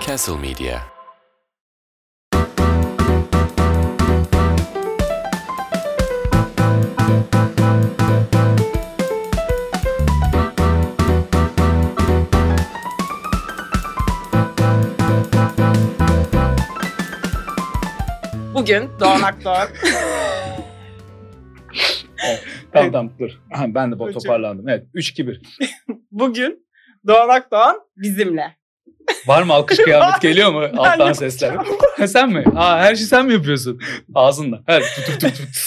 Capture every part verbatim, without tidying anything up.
Castle Media. Bugün Doğan Akdoğan. Evet, tamam tamam dur. Aha, ben de toparlandım. Evet üç iki bir. Bugün Doğan Akdoğan bizimle. Var mı alkış kıyamet geliyor mu alttan yapacağım. sesler? Ha, sen mi? Aa, her şeyi sen mi yapıyorsun? Ağzınla. Her tut tut tut.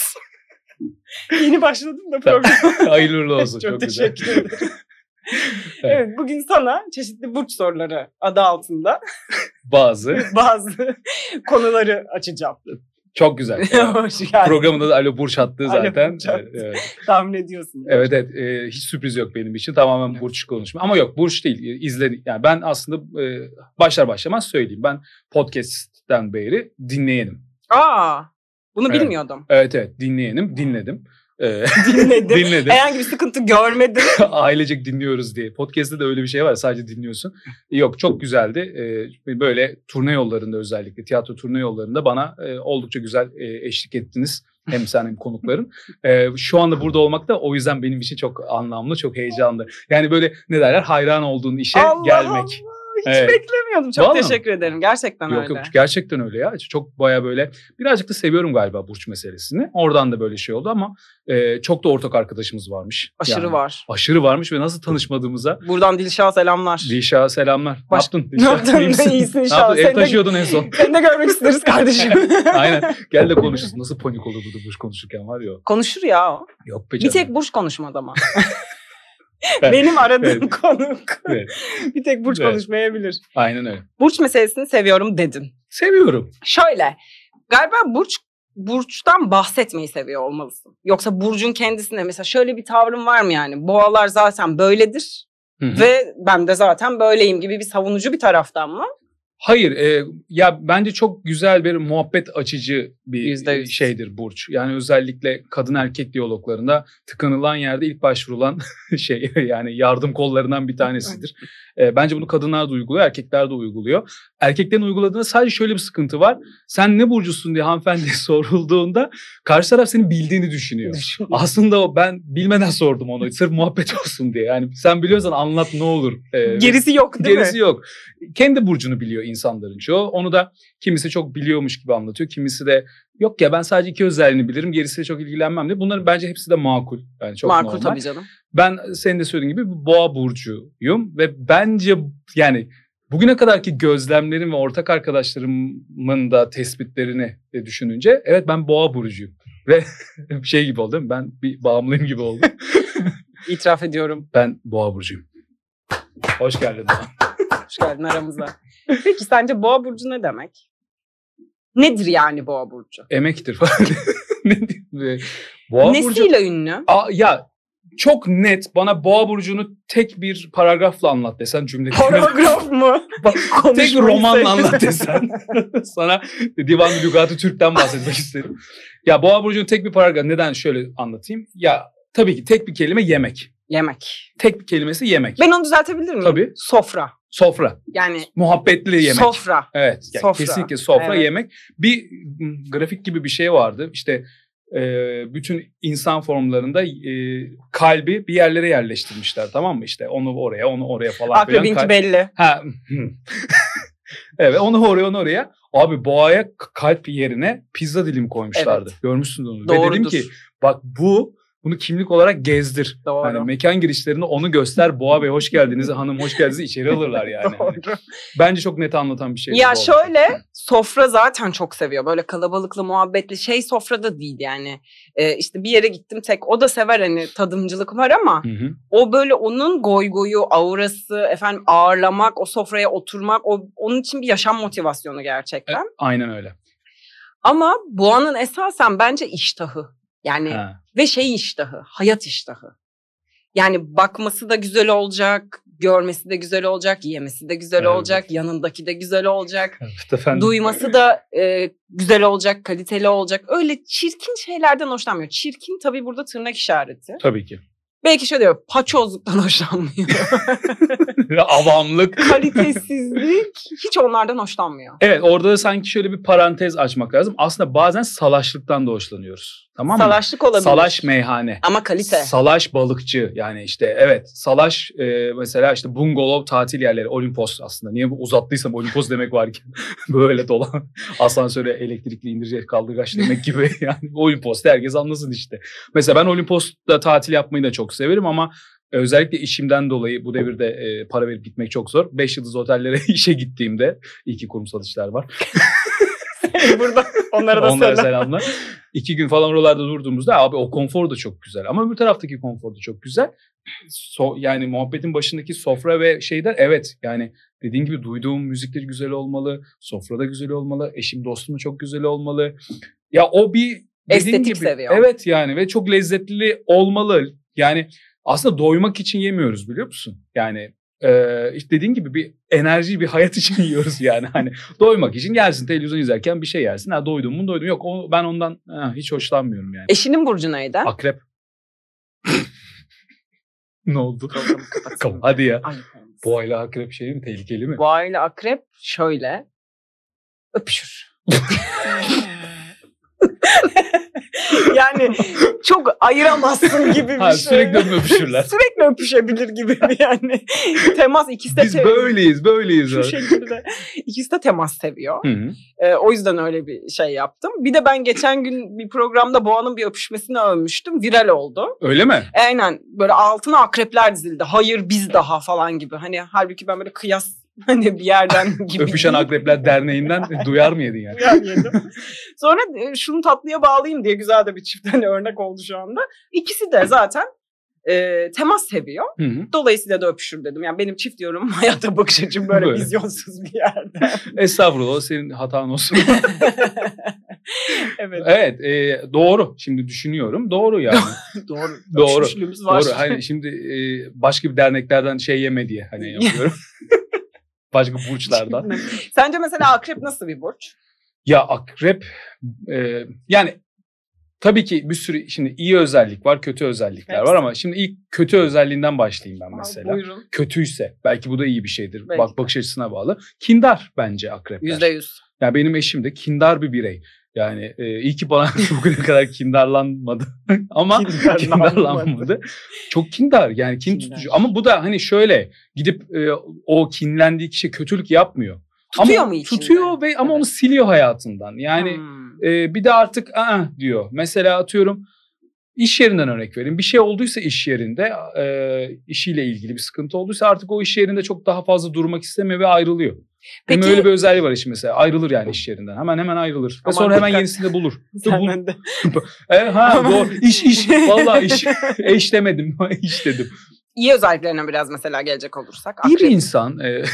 Yeni başladım da program. Hayırlı uğurlu olsun. Çok, Çok, teşekkür güzel. ederim. Evet. Evet, bugün sana çeşitli burç soruları adı altında Bazı. bazı konuları açacağım. Çok güzel. Hoş geldin. Programında da Alo Burç hattı Alo zaten. Burç hattı. Evet, evet. Tahmin ediyorsun. Evet evet e, hiç sürpriz yok benim için tamamen Evet. burç konuşma ama yok burç değil izle yani ben aslında e, başlar başlamaz söyleyeyim ben podcast'ten beri dinleyenim. Aa, bunu Evet. bilmiyordum. Evet evet dinleyenim dinledim. E, Dinledim. dinledim. Herhangi bir sıkıntı görmedim. Ailecek dinliyoruz diye. Podcast'te de öyle bir şey var sadece dinliyorsun. Yok çok güzeldi. E, böyle turne yollarında özellikle tiyatro turne yollarında bana e, oldukça güzel e, eşlik ettiniz. Hem sen hem konukların. Ee, şu anda burada olmak da o yüzden benim için çok anlamlı, çok heyecanlı. Yani böyle ne derler hayran olduğun işe Allah gelmek. Allah, hiç Evet. beklemiyordum. Çok Vallahi teşekkür ederim. Gerçekten Yok öyle. yok gerçekten öyle ya. Çok baya böyle birazcık da seviyorum galiba burç meselesini. Oradan da böyle şey oldu ama e, çok da ortak arkadaşımız varmış. Aşırı Yani var. Aşırı varmış ve nasıl tanışmadığımıza. Buradan Dilşah'a selamlar. Dilşah'a selamlar. Baş... Ne yaptın? Ne yaptın? İyi misin? İyisin Ne inşallah. yaptın? Ev Seni de- taşıyordun en son. Seni de görmek isteriz kardeşim. Aynen. Gel de konuşuruz. Nasıl panik olurdu bu burç konuşurken var ya. Konuşur ya o. Yok be Bir canım. tek burç konuşmadı ama. Evet. Benim aradığım Evet. konuk. Evet. Bir tek burç Evet. konuşmayabilir. Aynen öyle. Burç meselesini seviyorum dedin. Seviyorum. Şöyle. Galiba burç burçtan bahsetmeyi seviyor olmalısın. Yoksa burcun kendisine mesela şöyle bir tavrın var mı yani? Boğalar zaten böyledir. Hı hı. Ve ben de zaten böyleyim gibi bir savunucu bir taraftan mı? Hayır, e, ya bence çok güzel bir muhabbet açıcı bir Yüzde yüz. şeydir burç. Yani özellikle kadın erkek diyaloglarında tıkanılan yerde ilk başvurulan şey yani yardım kollarından bir tanesidir. E, bence bunu kadınlar da uyguluyor, erkekler de uyguluyor. Erkeklerin uyguladığında sadece şöyle bir sıkıntı var. Sen ne burcusun diye hanımefendiye sorulduğunda karşı taraf senin bildiğini düşünüyor. Aslında o ben bilmeden sordum onu sırf muhabbet olsun diye. Yani sen biliyorsan anlat ne olur. E, Gerisi yok değil Gerisi mi? yok. Kendi burcunu biliyor insanların çoğu. Onu da kimisi çok biliyormuş gibi anlatıyor. Kimisi de yok ya ben sadece iki özelliğini bilirim. Gerisiyle çok ilgilenmem diye. Bunların bence hepsi de makul. Yani çok Makul normal. tabii canım. Ben senin de söylediğin gibi bir boğa burcuyum. Ve bence yani bugüne kadarki gözlemlerim ve ortak arkadaşlarımın da tespitlerini de düşününce evet ben boğa burcuyum. Ve şey gibi oldu değil mi? Ben bir bağımlıyım gibi oldum. İtiraf ediyorum. Ben boğa burcuyum. Hoş geldin Doğan. Hoş geldin aramıza. Peki sence boğa burcu ne demek? Nedir yani boğa burcu? Emektir falan. Ne diyeyim? Boğa burcu. Nesiyle ünlü? Aa, ya çok net bana boğa burcunu tek bir paragrafla anlat desen cümle. Paragraf mı? Bak, tek Konuşmayı romanla sevdim. anlat desen. Sana Divan-ı Lügat-ı Türk'ten bahsetmek isterim. Ya boğa burcunu tek bir paragraf. Neden şöyle anlatayım? Ya tabii ki tek bir kelime yemek. Yemek. Tek bir kelimesi yemek. Ben onu düzeltebilir miyim? Tabii. Sofra. Sofra. Yani Muhabbetli yemek. sofra. Evet. Yani Sofra. Kesinlikle sofra Evet. yemek. Bir m, grafik gibi bir şey vardı. İşte e, bütün insan formlarında e, kalbi bir yerlere yerleştirmişler, tamam mı? İşte onu oraya, onu oraya falan filan. Akrebinki Kalp- belli. Ha. Evet, onu oraya, onu oraya. Abi boğaya k- kalp yerine pizza dilimi koymuşlardı. Evet. Görmüşsün onu. Ve Doğrudur. dedim ki bak bu bunu kimlik olarak gezdir. Doğru. Yani mekan girişlerinde onu göster. Boğa Bey hoş geldiniz, hanım hoş geldiniz, içeri alırlar yani. Doğru. Bence çok net anlatan bir şey. Ya bu. şöyle sofra zaten çok seviyor. Böyle kalabalıklı, muhabbetli şey sofrada değil yani. Ee, işte bir yere gittim tek. O da sever hani tadımcılık var ama Hı hı. o böyle onun goygoyu, aurası, efendim ağırlamak, o sofraya oturmak o onun için bir yaşam motivasyonu gerçekten. E, aynen öyle. Ama boğanın esasen bence iştahı. Yani Ha. ve şey iştahı, hayat iştahı. Yani bakması da güzel olacak, görmesi de güzel olacak, yemesi de güzel Evet. olacak, yanındaki de güzel olacak. Evet efendim. Duyması da e, güzel olacak, kaliteli olacak. Öyle çirkin şeylerden hoşlanmıyor. Çirkin tabii burada tırnak işareti. Tabii ki. Belki şöyle diyor, paçozluktan hoşlanmıyor. Avamlık. Kalitesizlik hiç onlardan hoşlanmıyor. Evet, orada da sanki şöyle bir parantez açmak lazım. Aslında bazen salaşlıktan da hoşlanıyoruz. Tamam mı? Salaşlık olabilir. Salaş meyhane. Ama kalite. Salaş balıkçı, yani işte evet salaş e, mesela işte bungalov tatil yerleri, Olimpos aslında. Niye bu uzattıysam Olimpos demek varken böyle dolan asansöre elektrikli indirecek kaldırgaç demek gibi yani Olimpos herkes anlasın işte. Mesela ben Olimpos'ta tatil yapmayı da çok severim ama özellikle işimden dolayı bu devirde e, para verip gitmek çok zor. Beş yıldız otellere işe gittiğimde, iyi ki kurumsal işler var. Burada onlara da Onlara selam. selamlar. İki gün falan oralarda durduğumuzda abi o konfor da çok güzel. Ama öbür taraftaki konfor da çok güzel. So, yani muhabbetin başındaki sofra ve şeyler, evet yani dediğin gibi duyduğum müzikleri güzel olmalı. Sofrada güzel olmalı. Eşim dostum da çok güzel olmalı. Ya o bir Estetik gibi, seviyor. evet yani ve çok lezzetli olmalı. Yani aslında doymak için yemiyoruz, biliyor musun? Yani Ee, işte dediğin gibi bir enerji, bir hayat için yiyoruz yani. Hani doymak için gelsin televizyon izlerken bir şey yersin. Ha doydum mu doydum. Yok o, ben ondan ha, hiç hoşlanmıyorum yani. Eşinin burcu neydi? Akrep. Ne oldu? Programı kapatsana. Hadi ya. Ay, Boğa ile akrep şey mi? Tehlikeli mi? Boğa ile akrep şöyle öpüşür. Yani çok ayıramazsın gibi bir Ha, şey. sürekli öpüşürler. Sürekli öpüşebilir gibi bir yani. Temas ikisi de Biz te- böyleyiz, böyleyiz. şu abi. şekilde. İkisi de temas seviyor. Hı hı. Ee, o yüzden öyle bir şey yaptım. Bir de ben geçen gün bir programda Boğa'nın bir öpüşmesini övmüştüm. Viral oldu. Öyle mi? Aynen böyle altına akrepler dizildi. Hayır biz daha falan gibi. Hani halbuki ben böyle kıyas hani bir yerden gibi. Öpüşen Akrepler Derneği'nden duyar mı yedin yani? Duyar yedim. Sonra e, şunu tatlıya bağlayayım diye güzel de bir çift hani örnek oldu şu anda. İkisi de zaten e, temas seviyor. Hı hı. Dolayısıyla da öpüşür dedim. Yani benim çift diyorum hayata bakış açım böyle, Böyle. vizyonsuz bir yerde. Estağfurullah, senin hatan olsun. Evet. Evet, e, doğru. Şimdi düşünüyorum. Doğru yani. Doğru. Doğru. Öpüşmüşlüğümüz var. Doğru. Hani şimdi e, başka bir derneklerden şey yeme diye hani yapıyorum. Başka burçlardan. Sence mesela akrep nasıl bir burç? Ya akrep e, yani tabii ki bir sürü şimdi iyi özellik var, kötü özellikler Hepsi. var ama şimdi ilk kötü özelliğinden başlayayım ben mesela. Aa, buyurun. Kötüyse belki bu da iyi bir şeydir. Belki Bak de. bakış açısına bağlı. Kindar bence akrepler. Yüzde yüz. Yani benim eşim de kindar bir birey. Yani e, iyi ki bana bugüne kadar kindarlanmadı. Ama Kindarlanmadı. kindarlanmadı. Çok kindar yani kin Kindar. tutucu. Ama bu da hani şöyle gidip e, o kinlendiği kişi kötülük yapmıyor. Tutuyor ama mu içinde? Tutuyor ve ama Evet. onu siliyor hayatından. Yani Hmm. e, bir de artık aa diyor. Mesela atıyorum iş yerinden örnek vereyim. Bir şey olduysa iş yerinde e, işiyle ilgili bir sıkıntı olduysa artık o iş yerinde çok daha fazla durmak istemiyor ve ayrılıyor. Peki, Peki- hem öyle bir özelliği var işin mesela. Ayrılır yani iş yerinden. Hemen hemen ayrılır. Ve Aman sonra hemen dikkat. yenisini de bulur. Dur, bul- Senden de. E, ha doğru. İş iş. Vallahi iş. Eş demedim. İş dedim. İyi özelliklerine biraz mesela gelecek olursak. İyi bir Akrep. insan. E,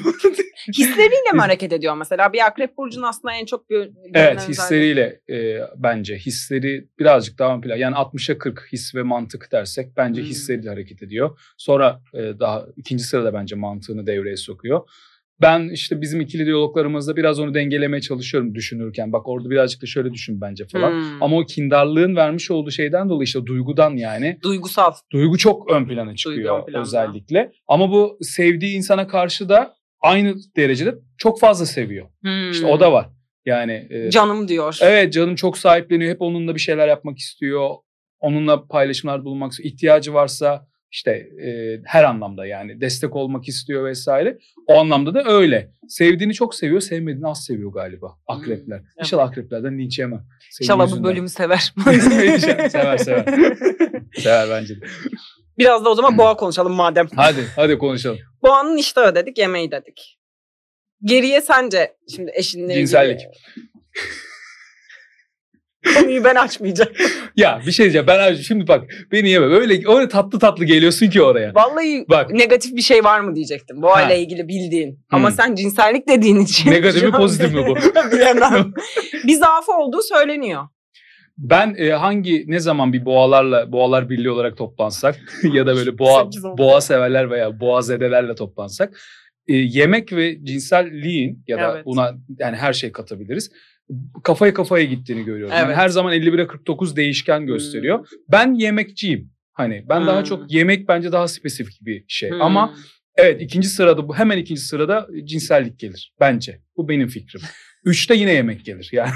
Hisleriyle mi hareket ediyor mesela? Bir akrep burcunun aslında en çok gö- görünen evet özelliği. hisleriyle e, bence. Hisleri birazcık daha ön plan. Yani altmışa kırk his ve mantık dersek bence Hmm. hisleriyle hareket ediyor. Sonra e, daha ikinci sırada bence mantığını devreye sokuyor. Ben işte bizim ikili diyaloglarımızda biraz onu dengelemeye çalışıyorum düşünürken. Bak orada birazcık da şöyle düşün bence falan. Hmm. Ama o kindarlığın vermiş olduğu şeyden dolayı işte duygudan yani. Duygusal. Duygu çok ön plana çıkıyor ön planda. özellikle. Ama bu sevdiği insana karşı da aynı derecede çok fazla seviyor. Hmm. İşte o da var. Yani e, Canım diyor. evet canım çok sahipleniyor. Hep onunla bir şeyler yapmak istiyor. Onunla paylaşımlar bulmak istiyor. İhtiyacı varsa işte e, her anlamda yani destek olmak istiyor vesaire. O anlamda da öyle. Sevdiğini çok seviyor, sevmediğini az seviyor galiba akrepler. Hmm, İnşallah akreplerden linç yemem. Senin İnşallah bu yüzünden. bölümü sever. sever sever. Sever bence de. Biraz da o zaman boğa konuşalım madem. Hadi hadi konuşalım. Boğanın iştahı dedik, yemeği dedik. Geriye sence şimdi eşinle Cinsellik. ilgili... Konuyu ben açmayacağım. Ya bir şey diyeceğim. Ben şimdi bak beni yeme. Öyle öyle tatlı tatlı geliyorsun ki oraya. Vallahi Bak. negatif bir şey var mı diyecektim. Boğa Ha. ile ilgili bildiğin. Ama Hmm. sen cinsellik dediğin için. Negatif mi, şu an- pozitif mi bu? Bilemem. Bir zaafı olduğu söyleniyor. Ben e, hangi ne zaman bir boğalarla boğalar birliği olarak toplansak ya da böyle boğa Sekiz oldu. boğa severler veya boğa zedelerle toplansak e, yemek ve cinselliğin ya da Evet. buna yani her şey katabiliriz. Kafaya kafaya gittiğini görüyorum. Yani Evet. her zaman elli bire kırk dokuz değişken gösteriyor. Ben yemekçiyim. Hani ben daha Hmm. çok yemek bence daha spesifik bir şey. Hmm. Ama Evet, ikinci sırada bu hemen ikinci sırada cinsellik gelir bence. Bu benim fikrim. Üçte yine yemek gelir yani.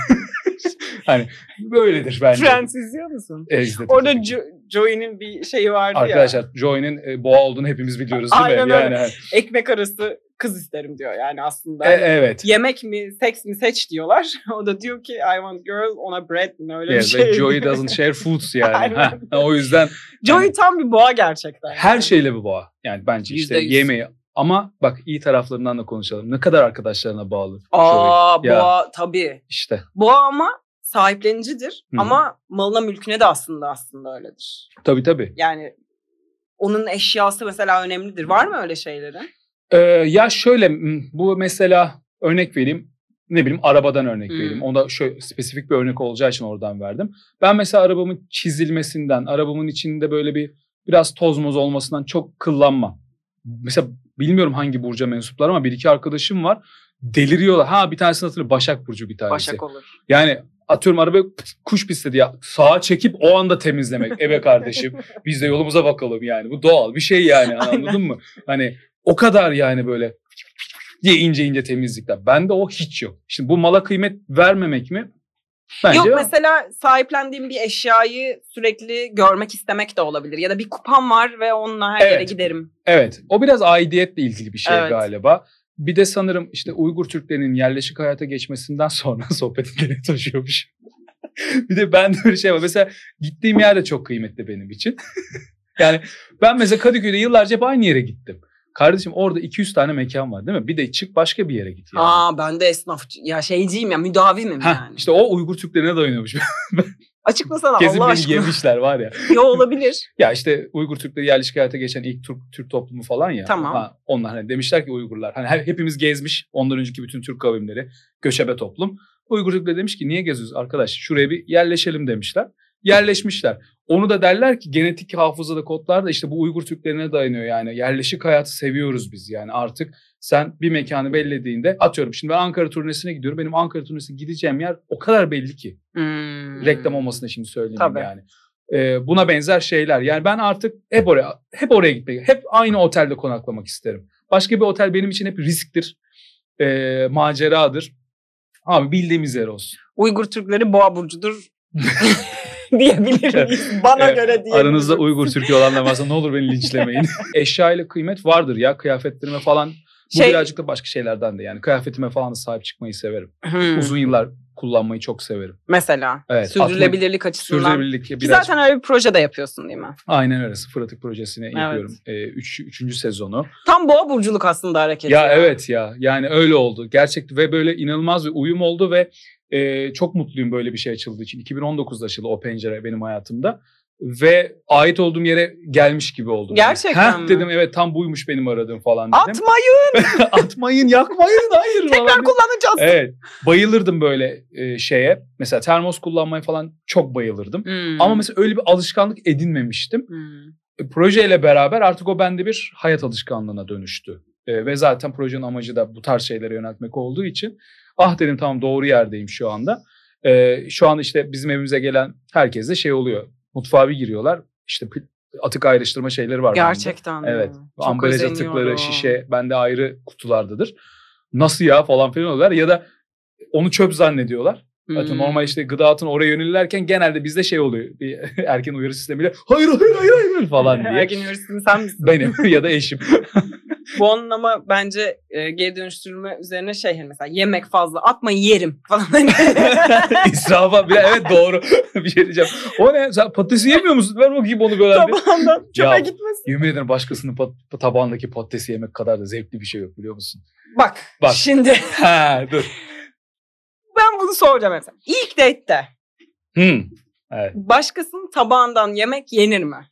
Hani böyledir bence. Friends izliyor musun? E, izledim Orada tabii ki. Jo- Joey'nin bir şeyi vardı Arkadaşlar ya. Joey'nin e, boğa olduğunu hepimiz biliyoruz değil Aynen mi? öyle. Yani, hani- Ekmek arası kız isterim diyor yani aslında. E, evet. Yemek mi, seks mi seç diyorlar. O da diyor ki I want girl on a bread mi öyle Yeah, bir şey. Joey doesn't share foods yani. Aynen. Ha, o yüzden Joey hani- tam bir boğa gerçekten. her yani. şeyle bir boğa. Yani bence işte Yüzde yüz. yemeği. Ama bak iyi taraflarından da konuşalım. Ne kadar arkadaşlarına bağlı. Aa Joey. Ya, boğa tabii. işte. Boğa ama sahiplenicidir. Hı. Ama malına mülküne de aslında aslında öyledir. Tabii tabii. Yani onun eşyası mesela önemlidir. Var mı öyle şeyleri? Ee, ya şöyle m, bu mesela örnek vereyim. Ne bileyim arabadan örnek Hmm. vereyim. Onda şöyle spesifik bir örnek olacağı için oradan verdim. Ben mesela arabamın çizilmesinden, arabamın içinde böyle bir biraz toz moz olmasından çok kıllanmam. Mesela bilmiyorum hangi burca mensuplar ama bir iki arkadaşım var. Deliriyorlar. Ha bir tanesini hatırlıyorum. Başak Burcu bir tanesi. Başak olur. Yani atıyorum arabayı kuş pisledi ya. Sağa çekip o anda temizlemek. Evet kardeşim biz de yolumuza bakalım yani. Bu doğal bir şey yani anladın mı? Hani o kadar yani böyle diye ince ince temizlikler. Bende o hiç yok. Şimdi bu mala kıymet vermemek mi? Bence Yok var. mesela sahiplendiğim bir eşyayı sürekli görmek istemek de olabilir. Ya da bir kupam var ve onunla her yere Evet. giderim. Evet. O biraz aidiyetle ilgili bir şey Evet. galiba. Bir de sanırım işte Uygur Türklerinin yerleşik hayata geçmesinden sonra sohbeti nereye taşıyormuş. Bir de ben de bir şey var. Mesela gittiğim yer de çok kıymetli benim için. Yani ben mesela Kadıköy'de yıllarca hep aynı yere gittim. Kardeşim orada iki yüz tane mekan var değil mi? Bir de çık başka bir yere git yani. Aa ben de esnaf ya şeyciyim ya müdavimim Heh, yani. işte o Uygur Türklerine dayanıyormuş. Açıklasana Kesin Allah beni aşkına. yemişler var ya. Yo olabilir. Ya işte Uygur Türkleri yerleşik hayata geçen ilk Türk, Türk toplumu falan ya. Tamam. Ha, onlar hani demişler ki Uygurlar. Hani her- hepimiz gezmiş ondan önceki bütün Türk kavimleri. Göçebe toplum. Uygur Türkleri demiş ki niye geziyoruz arkadaş? Şuraya bir yerleşelim demişler. Yerleşmişler. Onu da derler ki genetik hafızada kodlar da işte bu Uygur Türklerine dayanıyor yani. Yerleşik hayatı seviyoruz biz yani artık. Sen bir mekanı bellediğinde atıyorum şimdi ben Ankara turnesine gidiyorum. Benim Ankara turnesine gideceğim yer o kadar belli ki. Hmm. Reklam olmasını şimdi söyleyeyim Tabii. yani. Ee, buna benzer şeyler. Yani ben artık hep oraya hep oraya gitmek, hep aynı otelde konaklamak isterim. Başka bir otel benim için hep risktir, e, maceradır. Abi bildiğimiz yer olsun. Uygur Türkleri boğa burcudur diyebilir miyiz? Bana Evet, göre diyebiliriz. Aranızda Uygur Türk'ü olanlar varsa ne olur beni linçlemeyin. Eşya ile kıymet vardır ya kıyafetlerime falan. Bu Şey- birazcık da başka şeylerden de yani. Kıyafetime falan da sahip çıkmayı severim. Hmm. Uzun yıllar kullanmayı çok severim. Mesela Evet, sürdürülebilirlik açısından. Sürdürülebilirlik Ki biraz. zaten öyle bir proje de yapıyorsun değil mi? Aynen öyle. Sıfır Atık Projesi'ni Evet. yapıyorum. Ee, üç, üçüncü sezonu. Tam boğa burculuk aslında hareket. Ya evet ya. Yani öyle oldu. Gerçekten ve böyle inanılmaz bir uyum oldu ve e, çok mutluyum böyle bir şey açıldığı için. iki bin on dokuzda açıldı o pencere benim hayatımda. Ve ait olduğum yere gelmiş gibi oldum. Gerçekten Heh, mi? dedim evet tam buymuş benim aradığım falan dedim. Atmayın. Atmayın, yakmayın, hayır Tekrar falan. kullanacağız. Evet. Bayılırdım böyle e, şeye. Mesela termos kullanmaya falan çok bayılırdım. Hmm. Ama mesela öyle bir alışkanlık edinmemiştim. Hmm. Projeyle beraber artık o bende bir hayat alışkanlığına dönüştü. E, ve zaten projenin amacı da bu tarz şeylere yöneltmek olduğu için ah dedim tamam doğru yerdeyim şu anda. E, şu an işte bizim evimize gelen herkes de şey oluyor. Mutfağa bir giriyorlar. İşte pl- atık ayrıştırma şeyleri var. Gerçekten bende. mi? Evet. Çok Ambalaj özeniyorum. atıkları, şişe bende ayrı kutulardadır. Nasıl ya falan filan oluyorlar. Ya da onu çöp zannediyorlar. Zaten Hmm. normal işte gıda atını oraya yönelirken genelde bizde şey oluyor. Bir erken uyarı sistemiyle hayır hayır hayır hayır falan diye. Ergen üniversitesi sen misin? Benim ya da eşim. Bu onun ama bence e, geri dönüştürme üzerine şey hani mesela yemek fazla atma yerim falan. İsrafa bile evet doğru bir şey diyeceğim. O ne? Sen patatesi yemiyor musun? Ver bakayım onu böyle. bir. Tabağından çöpe Ya, gitmesin. Yemin ederim başkasının pat- tabağındaki patatesi yemek kadar da zevkli bir şey yok biliyor musun? Bak, Bak. şimdi Ha dur. ben bunu soracağım mesela. İlk date'te Hmm. Evet. başkasının tabağından yemek yenir mi?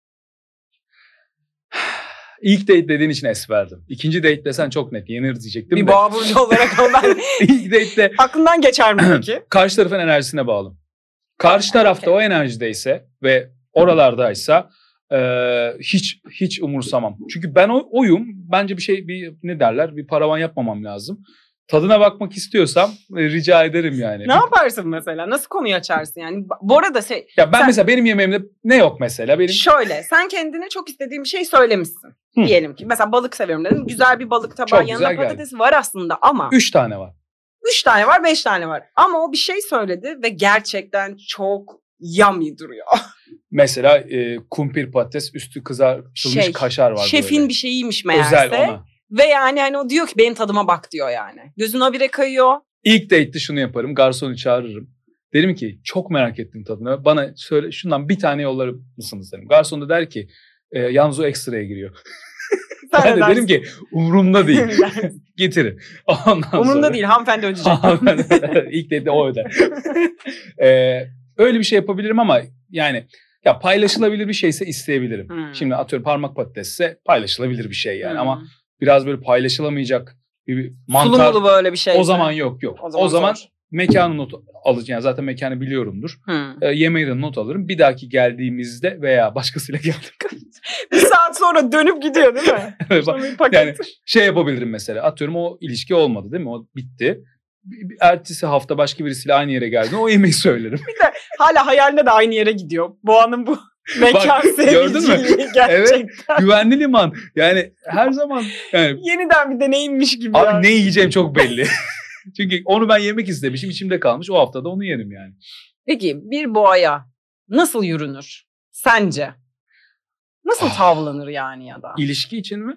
İlk date dediğin için es verdim. İkinci date desen çok net yenir diyecektim Bir de. boğa burcu olarak ama ben İlk date'de aklından geçer mi peki? karşı tarafın enerjisine bağlı. Karşı tarafta okey. o enerjideyse ve oralardaysa e, hiç hiç umursamam. Çünkü ben o, oyum. Bence bir şey bir ne derler bir paravan yapmamam lazım. tadına bakmak istiyorsam e, rica ederim yani. Ne yaparsın mesela? Nasıl konuyu açarsın yani? Bu arada şey... Ya ben sen, mesela benim yemeğimde ne yok mesela? Benim... Şöyle, sen kendine çok istediğin bir şey söylemişsin. Hı. Diyelim ki mesela balık seviyorum dedim. Güzel bir balık tabağı, çok yanında patates geldi. Var aslında ama... Üç tane var. Üç tane var, beş tane var. Ama o bir şey söyledi ve gerçekten çok yummy duruyor. Mesela e, kumpir patates, üstü kızartılmış şey, kaşar var şefin böyle. Bir şeyiymiş meğerse. Özel ona. Ve yani hani o diyor ki benim tadıma bak diyor yani. Gözün habire kayıyor. İlk date'de şunu yaparım. Garsonu çağırırım. Derim ki çok merak ettim tadını. Bana söyle şundan bir tane yollar mısınız derim. Garson da der ki e, yalnız o ekstraya giriyor. Ben de derim ki umurumda değil. Getirin. Ondan umurumda sonra... değil, hanımefendi ödeyecek. İlk date'de o öder. ee, öyle bir şey yapabilirim ama yani ya paylaşılabilir bir şeyse isteyebilirim. Hmm. Şimdi atıyorum parmak patatesse paylaşılabilir bir şey yani hmm. ama biraz böyle paylaşılamayacak bir mantar. Sulu böyle bir şey. O zaman yok yok. O zaman, o zaman mekanı not alacağım. Yani zaten mekanı biliyorumdur. Hmm. E, yemeği de not alırım. Bir dahaki geldiğimizde veya başkasıyla geldim. Bir saat sonra dönüp gidiyor değil mi? Yani şey yapabilirim mesela. Atıyorum o ilişki olmadı değil mi? O bitti. Ertesi hafta başka birisiyle aynı yere geldiğinde o yemeği söylerim. Bir de hala hayalinde de aynı yere gidiyor. Boğa'nın bu mekan seviciliği gerçekten. Evet, güvenli liman. Yani her zaman. Yani, yeniden bir deneyimmiş gibi. Abi yani. Ne yiyeceğim çok belli. Çünkü onu ben yemek istemişim. İçimde kalmış. O hafta da onu yerim yani. Peki bir boğaya nasıl yürünür sence? Nasıl ah, tavlanır yani ya da? İlişki için mi?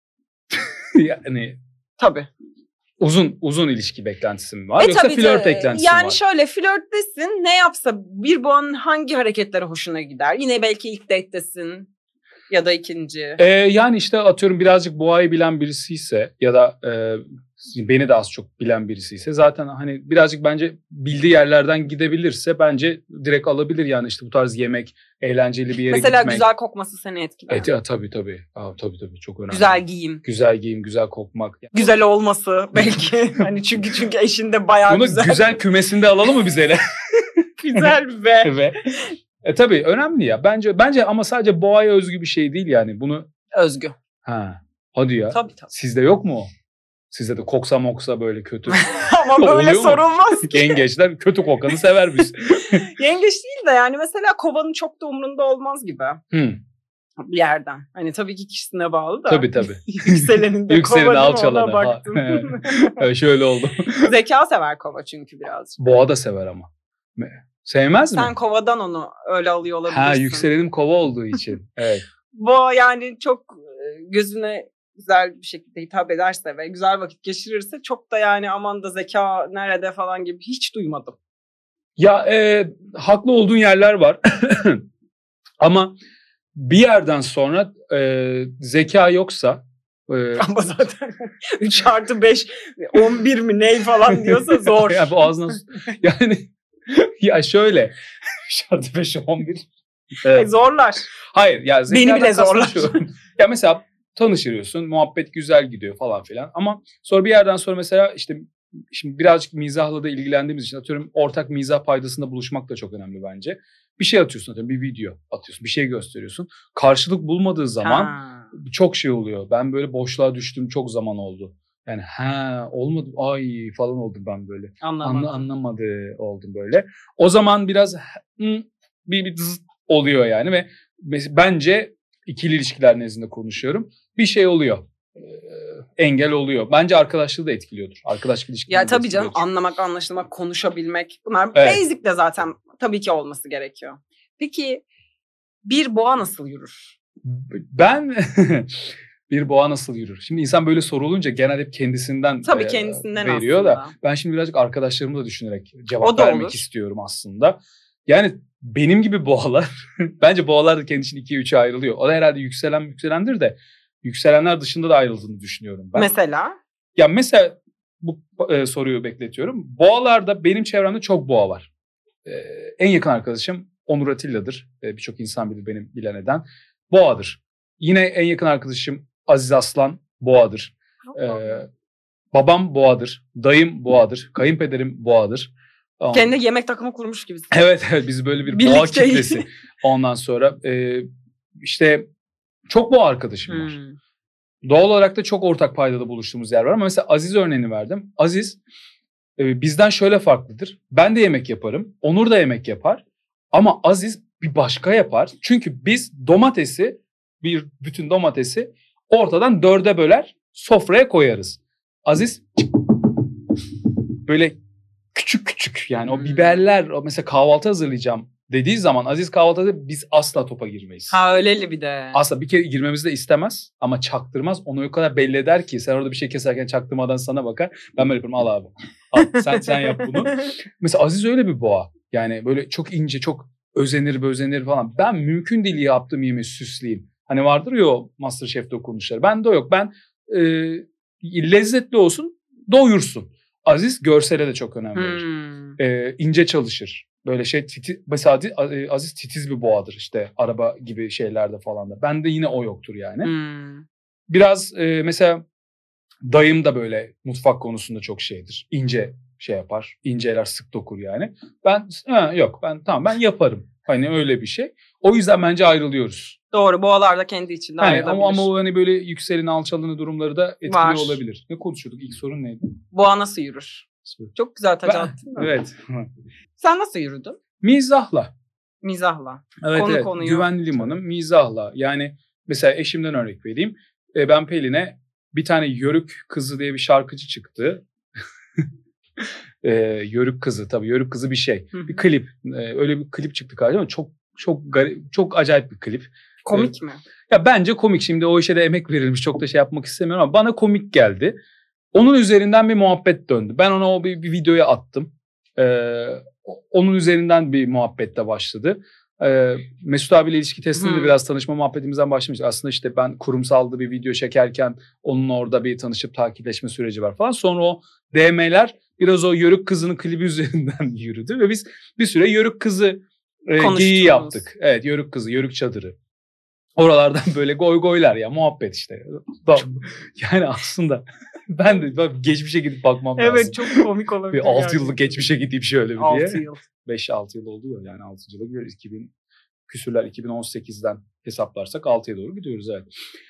yani. Tabii. Uzun uzun ilişki beklentisi mi var? E, Yoksa tabii, flört tabii. beklentisi yani mi var? Yani şöyle flörttesin. Ne yapsa bir boğanın hangi hareketleri hoşuna gider? Yine belki ilk date'tesin ya da ikinci. Ee, yani işte atıyorum birazcık boğayı bilen birisi ise ya da e, beni de az çok bilen birisi ise zaten hani birazcık bence bildiği yerlerden gidebilirse bence direkt alabilir yani işte bu tarz yemek, eğlenceli bir yere Mesela gitmek. güzel kokması seni etkiler. Evet ya tabii tabii. Aa, tabii tabii çok önemli. Güzel giyim. Güzel giyim, güzel kokmak. Güzel olması belki. hani çünkü çünkü eşinde bayağı Bunu güzel. Bunu güzel kümesinde alalım mı biz hele? güzel ve. ve. E tabii önemli ya. Bence bence ama sadece boğaya özgü bir şey değil yani. Bunu özgü. Ha. Hadi ya. Tabii tabii. Sizde yok mu o? Sizde de koksa moksa böyle kötü. Ama böyle sorulmaz ki. Yengeçler kötü kokanı sever biz. Yengeç değil de yani mesela kovanın çok da umrunda olmaz gibi. Hmm. Bir yerden. Hani tabii ki kişisine bağlı da. Tabii tabii. Yükselenin de Yükseleni alçalanı. baktım. Ha, şöyle oldu. Zeka sever kova çünkü birazcık. Boğa da sever ama. Sevmez Sen mi? Sen kovadan onu öyle alıyor olabilirsin. Ha yükselenim kova olduğu için. Evet. Boğa yani çok gözüne güzel bir şekilde hitap ederse ve güzel vakit geçirirse çok da yani aman da zeka nerede falan gibi hiç duymadım. Ya e, haklı olduğun yerler var. Ama bir yerden sonra e, zeka yoksa e, ama zaten üç artı beş on bir mi ney falan diyorsa zor. ya bu ağzına yani ya şöyle üç artı beş on bir evet. Zorlar. Hayır ya beni bile zorlar. Ya mesela tanışıyorsun, muhabbet güzel gidiyor falan filan ama sonra bir yerden sonra mesela işte şimdi birazcık mizahla da ilgilendiğimiz için atıyorum ortak mizah paydasında buluşmak da çok önemli bence. Bir şey atıyorsun atıyorum bir video atıyorsun bir şey gösteriyorsun. Karşılık bulmadığı zaman ha. çok şey oluyor. Ben böyle boşluğa düştüm çok zaman oldu. Yani ha olmadı ay falan oldum ben böyle. Anlamadı. Anla, anlamadı oldum böyle. O zaman biraz hı, bir, bir zzz oluyor yani ve bence ikili ilişkiler nezdinde konuşuyorum. Bir şey oluyor. Ee, engel oluyor. Bence arkadaşlığı da etkiliyordur. Arkadaşlık ilişkileri ya tabii canım anlamak, anlaşılmak, konuşabilmek. Bunlar evet. basic de zaten tabii ki olması gerekiyor. Peki bir boğa nasıl yürür? Ben bir boğa nasıl yürür? Şimdi insan böyle sorulunca genel hep kendisinden tabii kendisinden e, veriyor aslında. da ben şimdi birazcık arkadaşlarımı da düşünerek cevap vermek olur. istiyorum aslında. Yani benim gibi boğalar bence boğalar da kendi için ikiye üçe ayrılıyor. O da herhalde yükselen yükselendir de yükselenler dışında da ayrıldığını düşünüyorum ben. Mesela? Ya mesela bu e, soruyu bekletiyorum. Boğalarda benim çevremde çok boğa var. E, en yakın arkadaşım Onur Atilla'dır. E, birçok insan bilir benim bilen eden. Boğadır. Yine en yakın arkadaşım Aziz Aslan boğadır. E, babam boğadır. Dayım boğadır. Kayınpederim boğadır. Kendi yemek takımı kurmuş gibisin. Evet evet biz böyle bir boğa kitlesi. Ondan sonra e, işte çok boğa arkadaşım var. Hmm. Doğal olarak da çok ortak paydada buluştuğumuz yer var ama mesela Aziz örneğini verdim. Aziz e, bizden şöyle farklıdır. Ben de yemek yaparım. Onur da yemek yapar. Ama Aziz bir başka yapar. Çünkü biz domatesi, bir bütün domatesi ortadan dörde böler, sofraya koyarız. Aziz böyle küçük küçük, yani o biberler, o mesela kahvaltı hazırlayacağım dediği zaman Aziz kahvaltıda biz asla topa girmeyiz. Ha öyleli bir de. Asla bir kere girmemizi de istemez ama çaktırmaz. Onu o kadar belli eder ki sen orada bir şey keserken çaktırmadan sana bakar. Ben böyle yapıyorum, al abi. Al, sen sen yap bunu. Mesela Aziz öyle bir boğa. Yani böyle çok ince, çok özenir özenir falan. Ben mümkün değil yaptığım yemeği süsleyeyim. Hani vardır ya o MasterChef dokunuşları. Bende o yok. Ben e, lezzetli olsun, doyursun. Aziz görsele de çok önem verir. Hmm. E, ince çalışır. Böyle şey titiz, mesela Aziz titiz bir boğadır işte araba gibi şeylerde falan da. Bende yine o yoktur yani. Hmm. Biraz e, mesela dayım da böyle mutfak konusunda çok şeydir. İnce şey yapar. İnce eller, sık dokur yani. Ben ha, yok ben tamam ben yaparım. Hani öyle bir şey. O yüzden bence ayrılıyoruz. Doğru, boğalar da kendi içinde Yani ayrılabilir. ama ama o hani böyle yükselin alçalını durumları da etkili Var. olabilir. Ne konuşuyorduk? İlk sorun neydi? Boğa nasıl yürür? Çok güzel taca Ben- attın da. Evet. Sen nasıl yürüdün? Mizahla. Mizahla. Evet, Konu evet. konuyu. Güvenli limanım mizahla. Yani mesela eşimden örnek vereyim. E, ben Pelin'e bir tane Yörük Kızı diye bir şarkıcı çıktı. e, Yörük Kızı tabii Yörük Kızı bir şey. Hı hı. Bir klip. E, öyle bir klip çıktı kardeşim ama çok çok garip, çok acayip bir klip. Komik mi? Ya bence komik. Şimdi o işe de emek verilmiş. Çok da şey yapmak istemiyorum ama bana komik geldi. Onun üzerinden bir muhabbet döndü. Ben ona o bir, bir videoya attım. Ee, onun üzerinden bir muhabbet de başladı. Ee, Mesut abiyle ilişki testinde de Hmm. biraz tanışma muhabbetimizden başlamış. Aslında işte ben kurumsalda bir video çekerken onun orada bir tanışıp takipleşme süreci var falan. Sonra o D M'ler biraz o Yörük Kızı'nın klibi üzerinden yürüdü. Ve biz bir süre Yörük Kızı e, Konuştunuz. geyiği yaptık. Evet, Yörük Kızı, Yörük Çadırı. Oralardan böyle goy goylar ya, muhabbet işte. Yani aslında ben de bak, geçmişe gidip bakmam lazım. Evet, çok komik olabilir. Bir altı yıllık geçmişe gideyim şöyle bir diye. altı yıl. beş altı yıl oldu ya, yani altıncı yıla giriyoruz. iki bin küsürler iki bin on sekizden hesaplarsak altıya doğru gidiyoruz, evet.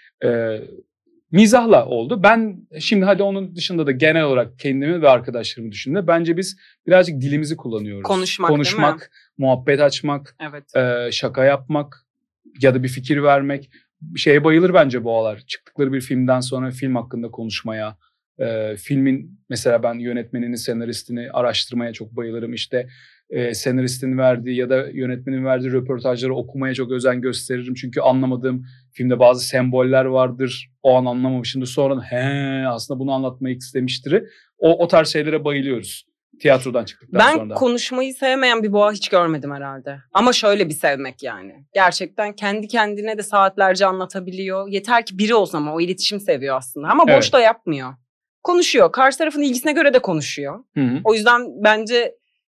Ee, mizahla oldu. Ben şimdi hadi onun dışında da genel olarak kendimi ve arkadaşlarımı düşündüğümde bence biz birazcık dilimizi kullanıyoruz. Konuşmak, değil mi? Konuşmak, muhabbet açmak, Evet. e, şaka yapmak ya da bir fikir vermek. Şeye bayılır bence boğalar. Çıktıkları bir filmden sonra film hakkında konuşmaya, e, filmin mesela ben yönetmeninin, senaristini araştırmaya çok bayılırım. İşte e, senaristin verdiği ya da yönetmenin verdiği röportajları okumaya çok özen gösteririm. Çünkü anlamadığım filmde bazı semboller vardır. O an anlamamışımdır. Sonra he aslında bunu anlatmayı istemiştir. O, o tarz şeylere bayılıyoruz. Tiyatrodan çıktıktan Ben sonra. konuşmayı sevmeyen bir boğa hiç görmedim herhalde. Ama şöyle bir sevmek yani. Gerçekten kendi kendine de saatlerce anlatabiliyor. Yeter ki biri olsun ama o iletişim seviyor aslında. Ama boş Evet. da yapmıyor. Konuşuyor. Karşı tarafın ilgisine göre de konuşuyor. Hı hı. O yüzden bence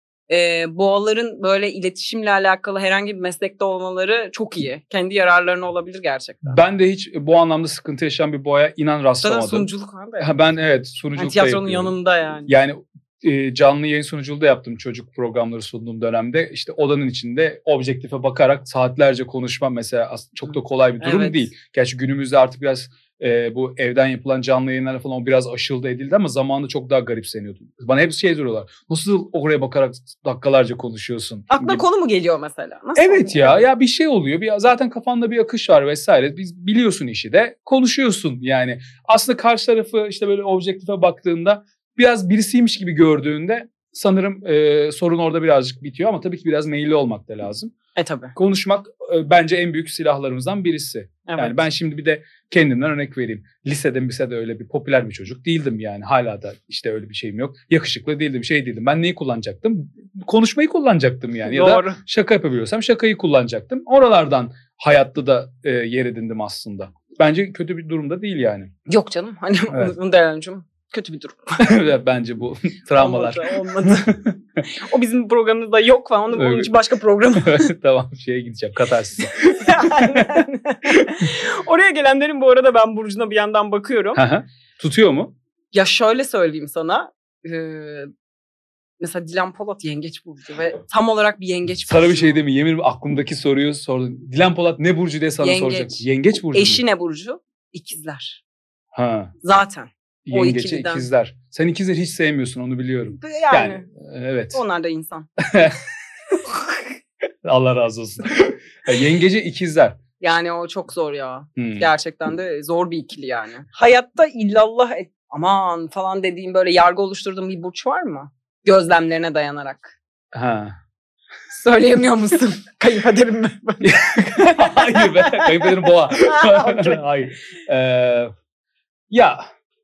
e, boğaların böyle iletişimle alakalı herhangi bir meslekte olmaları çok iyi. Kendi yararlarına olabilir gerçekten. Ben de hiç bu anlamda sıkıntı yaşayan bir boğaya inan Zaten rastlamadım. sunuculuk var da. Ha, ben evet Yani sunuculuk da tiyatronun yapıyorum. yanında yani. Yani e, canlı yayın sunuculuğu da yaptım çocuk programları sunduğum dönemde. İşte odanın içinde objektife bakarak saatlerce konuşmam mesela aslında çok da kolay bir durum Evet. değil. Gerçi günümüzde artık biraz e, bu evden yapılan canlı yayınlar falan o biraz aşıldı edildi ama zamanında çok daha garipseniyordu. Bana hep şey diyorlar. Nasıl oraya bakarak dakikalarca konuşuyorsun? Aklına gibi. konu mu geliyor mesela? Nasıl Evet oluyor? ya ya bir şey oluyor. Bir, zaten kafanda bir akış var vesaire. Biz biliyorsun işi de konuşuyorsun yani. Aslında karşı tarafı işte böyle objektife baktığında biraz birisiymiş gibi gördüğünde sanırım e, sorun orada birazcık bitiyor ama tabii ki biraz meyilli olmak da lazım. E tabii. Konuşmak e, bence en büyük silahlarımızdan birisi. Evet. Yani ben şimdi bir de kendimden örnek vereyim. Lisede lisede öyle bir popüler bir çocuk değildim yani. Hala da işte öyle bir şeyim yok. Yakışıklı değildim, şey değildim. Ben neyi kullanacaktım? Konuşmayı kullanacaktım yani. Ya da Doğru. şaka yapabiliyorsam şakayı kullanacaktım. Oralardan hayatta da e, yer edindim aslında. Bence kötü bir durumda değil yani. Yok canım. Hani Evet. bunu değerlendireceğim. Kötü bir durum. Bence bu travmalar. Olmadı. olmadı. O bizim programımızda yok falan. Onun, onun için başka program. Tamam şeye gideceğim. Katarsis'e. Aynen. Oraya gelenlerin bu arada ben Burcu'na bir yandan bakıyorum. Tutuyor mu? Ya şöyle söyleyeyim sana. Ee, mesela Dilan Polat yengeç burcu ve tam olarak bir yengeç burcu. Sana bir şey demeyeyim. Yemin ederim aklımdaki soruyu sordun. Dilan Polat ne burcu diye sana Yengeç. soracak. Yengeç burcu. Eşi ne burcu? İkizler. Ha. Zaten. O Yengeçe ikiliden. ikizler. Sen ikizleri hiç sevmiyorsun, onu biliyorum. Yani, Yani evet. onlar da insan. Allah razı olsun. Ya, Yengece ikizler. Yani o çok zor ya. Hmm. Gerçekten de zor bir ikili yani. Hayatta illallah et, aman falan dediğim böyle yargı oluşturduğun bir burç var mı? Gözlemlerine dayanarak. Ha. Söyleyemiyor musun? Kayınpederim mi? Hayır be. Kayınpederim boğa. Okay. Hayır. Ee, ya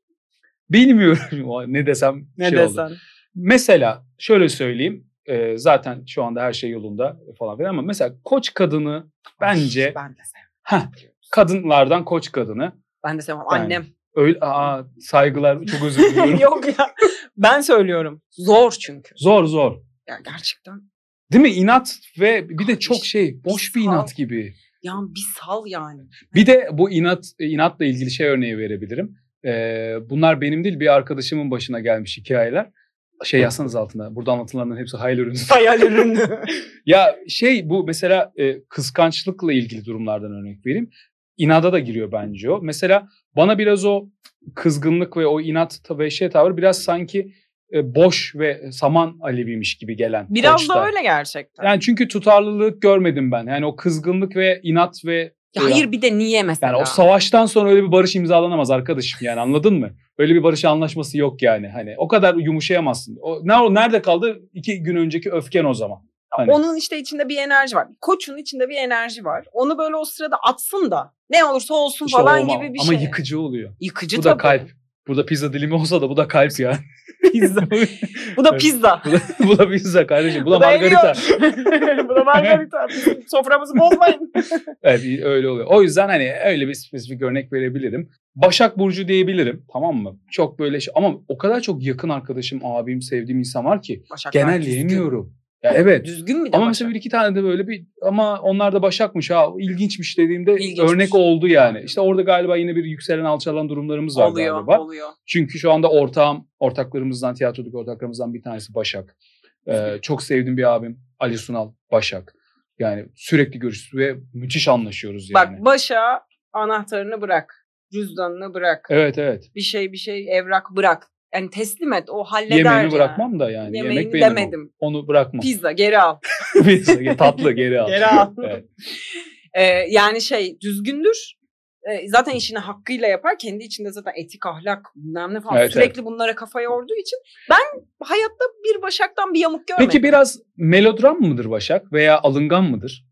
bilmiyorum ne desem Ne şey desen? oldu. Mesela şöyle söyleyeyim. e, zaten şu anda her şey yolunda falan filan ama mesela koç kadını bence Ben de sevmem. heh, kadınlardan koç kadını. Ben de sevmem. Yani. Annem. Öyle, aa, saygılar, çok özür diliyorum. Yok ya. Ben söylüyorum. Zor çünkü. Zor zor. Ya gerçekten. Değil mi? İnat ve bir de çok İşte şey, boş bir sal. inat gibi. Ya bir sal yani. Bir de bu inat inatla ilgili şey örneği verebilirim. Ee, bunlar benim değil, bir arkadaşımın başına gelmiş hikayeler. Şey yazsanız altına. Burada anlatılanların hepsi hayal ürünü. Hayal ürünü. Ya şey bu mesela e, kıskançlıkla ilgili durumlardan örnek vereyim. İnada da giriyor bence o. Mesela bana biraz o kızgınlık ve o inat ve şey tavır biraz sanki e, boş ve saman aleviymiş gibi gelen. Biraz Koç'ta. da öyle gerçekten. Yani çünkü tutarlılık görmedim ben. Yani o kızgınlık ve inat ve Ya hayır bir de niye mesela? yani o savaştan sonra öyle bir barış imzalanamaz arkadaşım, yani anladın mı? Öyle bir barış anlaşması yok yani. Hani o kadar yumuşayamazsın. O, ne o nerede kaldı iki gün önceki öfken o zaman? Hani. Onun işte içinde bir enerji var. Koçun içinde bir enerji var. Onu böyle o sırada atsın da ne olursa olsun İşte falan o, gibi bir ama şey. Ama yıkıcı oluyor. Yıkıcı bu tabii. da kalp. Burada pizza dilimi olsa da bu da kalp ya. Pizza. Bu da pizza. bu, da, bu da pizza kardeşim. Bu, Bu da da margarita. bu da margarita. Bizim soframızı bozmayın. Evet, öyle oluyor. O yüzden hani öyle bir spesifik örnek verebilirim. Başak Burcu diyebilirim, tamam mı? Çok böyle şey ama o kadar çok yakın arkadaşım, abim, sevdiğim insan var ki Başaklar genelleyemiyorum. Ya evet. Düzgün bir de ama Başak. mesela bir iki tane de böyle bir ama onlar da Başakmış ha, ilginçmiş dediğimde İlginçmiş. örnek oldu yani. İşte orada galiba yine bir yükselen alçalan durumlarımız var oluyor, galiba. Oluyor. Çünkü şu anda ortağım, ortaklarımızdan, tiyatrodaki ortaklarımızdan bir tanesi Başak. Ee, çok sevdiğim bir abim Ali Sunal Başak. Yani sürekli görüşürüz ve müthiş anlaşıyoruz yani. Bak Başak'a anahtarını bırak. Cüzdanını bırak. Evet evet. Bir şey bir şey evrak bırak. Yani teslim et, o halleder. Yemeğini yani. bırakmam da yani. Yemeğini Yemek benim demedim. o. Onu bırakmam. Pizza geri al. Pizza tatlı geri al. Geri al. Evet. Ee, yani şey düzgündür. Ee, zaten işini hakkıyla yapar. Kendi içinde zaten etik, ahlak, bilmem ne falan Evet, sürekli evet. bunlara kafa yorduğu için ben hayatta bir Başak'tan bir yamuk görmedim. Peki biraz melodram mıdır Başak veya alıngan mıdır?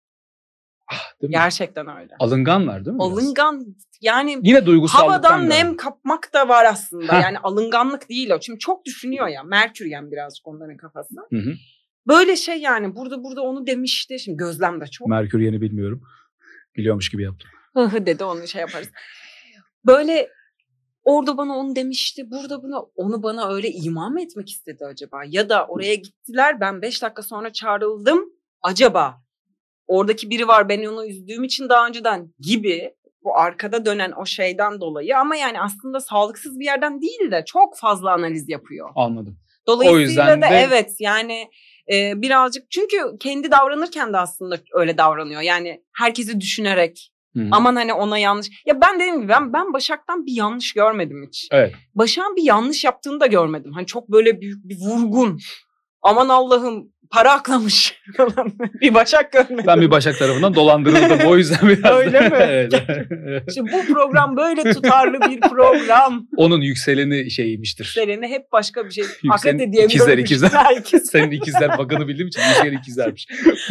Ah, değil mi? Gerçekten öyle. Alınganlar değil mi? biraz? Alıngan yani Yine duygusallıktan havadan galiba. nem kapmak da var aslında. Heh. Yani alınganlık değil o. Şimdi çok düşünüyor ya. Merkür yani birazcık onların kafasına. Hı hı. Böyle şey yani burada burada onu demişti. Şimdi gözlem de çok. Merkür yeni bilmiyorum. Biliyormuş gibi yaptım. Hı hı dedi, onu şey yaparız. Böyle orada bana onu demişti. Burada bunu onu bana öyle ima mı etmek istedi acaba? Ya da oraya gittiler, ben beş dakika sonra çağrıldım. Acaba oradaki biri var, ben onu üzdüğüm için daha önceden gibi, bu arkada dönen o şeyden dolayı, ama yani aslında sağlıksız bir yerden değil de çok fazla analiz yapıyor. Anladım. Dolayısıyla O yüzden da de... evet yani e, birazcık, çünkü kendi davranırken de aslında öyle davranıyor. Yani herkesi düşünerek, Hı-hı. aman hani ona yanlış. Ya ben dediğim gibi ben, ben Başak'tan bir yanlış görmedim hiç. Evet. Başak'ın bir yanlış yaptığını da görmedim. Hani çok böyle büyük bir vurgun. Aman Allah'ım para aklamış falan. Bir Başak görmedim. Ben bir Başak tarafından dolandırıldım. O yüzden biraz Öyle mi? Evet. İşte bu program böyle tutarlı bir program. Onun yükseleni şeymiştir. Yükseleni hep başka bir şey. Yükselen Hakikaten diyemiyorum. ikizler, ikizler. Ha, ikizler. Senin ikizler bakını bildiğim için yükselen ikizlermiş.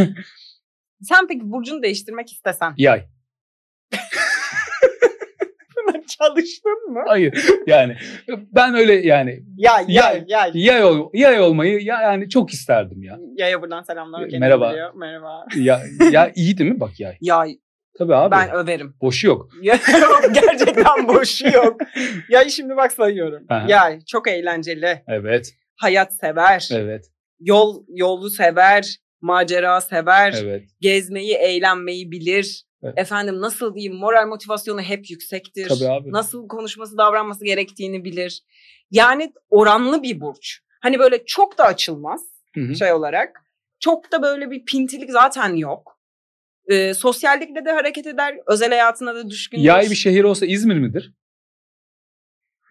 Sen peki burcunu değiştirmek istesen. Yay. Buna çalıştın mı? Hayır. Yani ben öyle yani Yay, yay, yay, yay. yay, ol, yay olmayı ya yani çok isterdim ya. Yaya buradan selamlar. Kendini Merhaba. biliyor. Merhaba. Ya, ya iyi değil mi bak yay? Yay. Tabii abi. Ben överim. Boşu yok. Gerçekten boşu yok. Yay şimdi bak sayıyorum. Aha. Yay çok eğlenceli. Evet. Hayat sever. Evet. Yol yolu sever. Macera sever. Evet. Gezmeyi, eğlenmeyi bilir. Evet. Efendim nasıl diyeyim, moral motivasyonu hep yüksektir. Tabii abi. Nasıl konuşması, davranması gerektiğini bilir. Yani oranlı bir burç. Hani böyle çok da açılmaz Hı hı. şey olarak. Çok da böyle bir pintilik zaten yok. Ee, sosyallikle de hareket eder. Özel hayatına da düşkündür. Yay bir şehir olsa İzmir midir?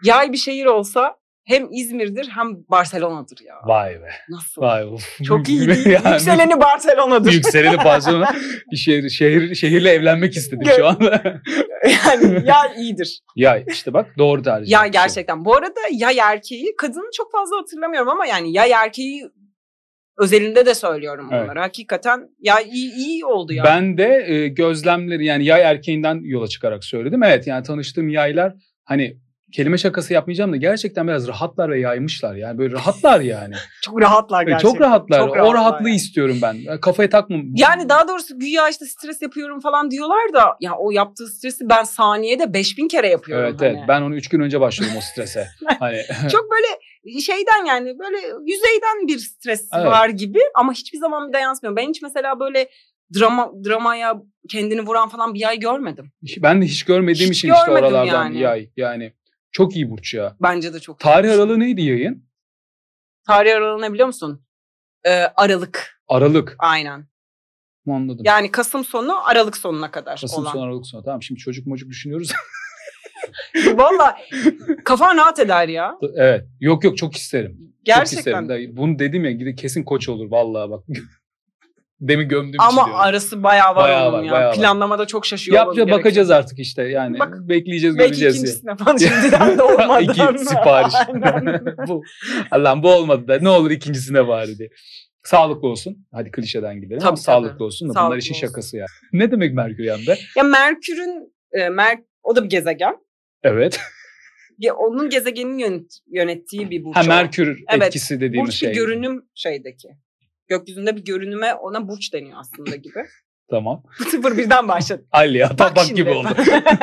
Yay bir şehir olsa hem İzmir'dir hem Barcelona'dır ya. Vay be. Nasıl? Vay. Çok iyi değil. Yani, yükseleni Barcelona'dır. Yükseleni Barcelona. Bir şehir, şehir, şehirle evlenmek istedim şu anda. Yani ya iyidir. Ya işte bak doğru tercih. Ya gerçekten. Bu arada yay erkeği, kadını çok fazla hatırlamıyorum ama yani yay erkeği özelinde de söylüyorum evet. onlara. Hakikaten ya iyi, iyi oldu ya. Ben de e, gözlemleri yani yay erkeğinden yola çıkarak söyledim. Evet yani tanıştığım yaylar hani kelime şakası yapmayacağım da gerçekten biraz rahatlar ve yaymışlar. Yani böyle rahatlar yani. Çok rahatlar gerçekten. Çok rahatlar. Çok rahatlar o rahatlığı yani. istiyorum ben. Kafaya takmam. Yani daha doğrusu güya işte stres yapıyorum falan diyorlar da ya o yaptığı stresi ben saniyede beş bin kere yapıyorum. Evet hani. evet. Ben onu üç gün önce başladım o strese. hani. Çok böyle şeyden yani böyle yüzeyden bir stres evet. var gibi ama hiçbir zaman bir de yansımıyor. Ben hiç mesela böyle drama dramaya kendini vuran falan bir yay görmedim. Ben de hiç görmediğim hiç için işte oralardan yani. yay. Yani çok iyi burç ya. Bence de çok iyi. Tarih aralığı neydi yayın? Tarih aralığı ne biliyor musun? Ee, Aralık. Aralık. Aynen. Anladım. Yani Kasım sonu Aralık sonuna kadar Kasım olan. sonu Aralık sonu. Tamam şimdi çocuk mocuk düşünüyoruz. Valla kafan rahat eder ya. Evet. Yok yok çok isterim. Gerçekten. Çok isterim. Da, bunu dedim ya gide kesin koç olur vallahi bak. Demin gömdüğüm Ama için diyorum. arası bayağı var bayağı onun var, ya. bayağı Planlamada var. çok şaşıyor. Yapacağız bakacağız artık işte yani. Bak, bekleyeceğiz belki göreceğiz. Belki ikincisine falan şimdiden de olmadan. İki sipariş. bu. Allah'ım bu olmadı da ne olur ikincisine bari diye. Sağlıklı olsun. Hadi klişeden gidelim tabii, ama tabii. sağlıklı olsun. Sağlıklı Bunlar işin olsun. şakası ya. Ne demek Merkür yanında? Ya Merkür'ün e, Mer o da bir gezegen. Evet. Ya onun gezegenin yönet, yönettiği bir burç. Ha Merkür evet, etkisi dediğimiz burç şey. Burç bir görünüm şeydeki. Gökyüzünde bir görünüme ona burç deniyor aslında gibi. Tamam. Sıfır birden başladı. Ali ya tabak gibi oldu.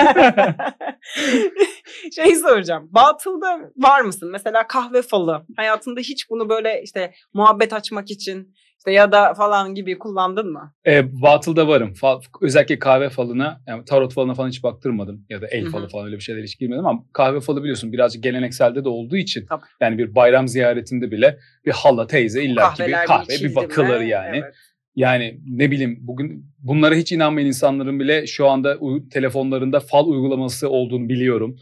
Şeyi soracağım. Batılda var mısın? Mesela kahve falı. Hayatında hiç bunu böyle işte muhabbet açmak için işte ya da falan gibi kullandın mı? E, batılda varım. Fal, özellikle kahve falına, yani tarot falına falan hiç baktırmadım. Ya da el Hı-hı. falı falan öyle bir şeyler hiç girmedim ama kahve falı biliyorsun birazcık gelenekselde de olduğu için. Tabii. Yani bir bayram ziyaretinde bile bir hala teyze illaki bir kahve bir bakılır mi? yani. Evet. Yani ne bileyim bugün bunlara hiç inanmayan insanların bile şu anda u- telefonlarında fal uygulaması olduğunu biliyorum.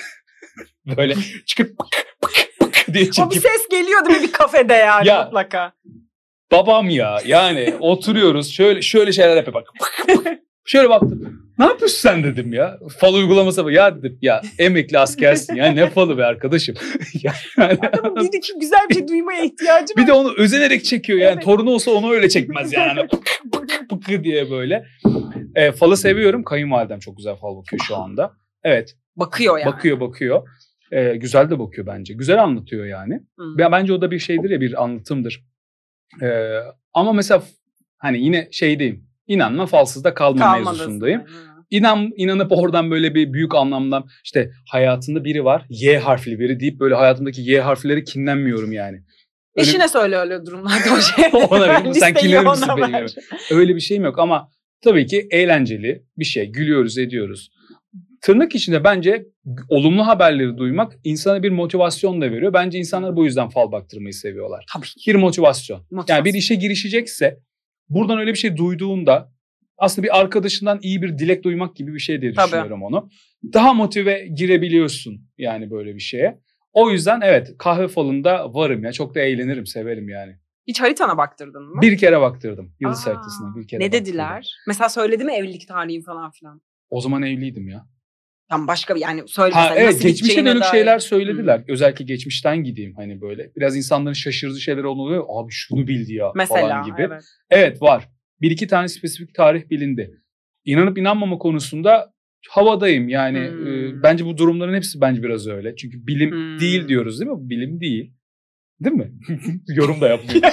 Böyle çıkıp pık pık pık diye çekip. O bir ses geliyor değil mi bir kafede yani ya, mutlaka. Babam ya yani oturuyoruz şöyle şöyle şeyler yapıyor bak. Şöyle baktım. Ne yapıyorsun sen dedim ya. Fal uygulaması ya dedim ya emekli askersin ya ne falı be arkadaşım. yani, Adamın bir iki güzel bir şey duymaya ihtiyacı var. Bir de onu özenerek çekiyor yani. Evet. Torunu olsa onu öyle çekmez yani. Pık pık pık diye böyle. E, falı seviyorum. Kayınvalidem çok güzel fal bakıyor şu anda. Evet. Bakıyor yani. Bakıyor bakıyor. E, güzel de bakıyor bence. Güzel anlatıyor yani. Hmm. Ve bence o da bir şeydir ya bir anlatımdır. E, ama mesela hani yine şeydeyim. İnanma falsızda kalma Kalmadasın mevzusundayım. Yani. İnan, inanıp oradan böyle bir büyük anlamdan işte hayatında biri var Y harfli biri deyip böyle hayatımdaki Y harfleri kinlenmiyorum yani. Öyle... Eşine söyle öyle durumlarda o şey. ona verin, sen kinlenir misin benim ver. Öyle bir şeyim yok ama tabii ki eğlenceli bir şey. Gülüyoruz ediyoruz. Tırnak içinde bence olumlu haberleri duymak insana bir motivasyon da veriyor. Bence insanlar bu yüzden fal baktırmayı seviyorlar. Tabii ki. Bir motivasyon. motivasyon. Yani bir işe girişecekse buradan öyle bir şey duyduğunda aslında bir arkadaşından iyi bir dilek duymak gibi bir şey diye düşünüyorum Tabii. onu. Daha motive girebiliyorsun yani böyle bir şeye. O yüzden evet kahve falında varım ya. Çok da eğlenirim, severim yani. Hiç haritana baktırdın mı? Bir kere baktırdım. Yıldız haritasına bir kere Ne baktırdım. dediler? Mesela söyledi mi evlilik tarihin falan filan? O zaman evliydim ya. Tam başka bir yani söyle ha, mesela evet, nasıl geçmişe dönük dair... şeyler söylediler. Hmm. Özellikle geçmişten gideyim hani böyle. Biraz insanların şaşırdığı şeyler oluyor. Abi şunu bildi ya mesela, falan gibi. Evet. evet var. Bir iki tane spesifik tarih bilindi. İnanıp inanmama konusunda havadayım yani. Hmm. E, bence bu durumların hepsi bence biraz öyle. Çünkü bilim hmm. değil diyoruz değil mi? Bilim değil. Değil mi? Yorum da yapmıyor.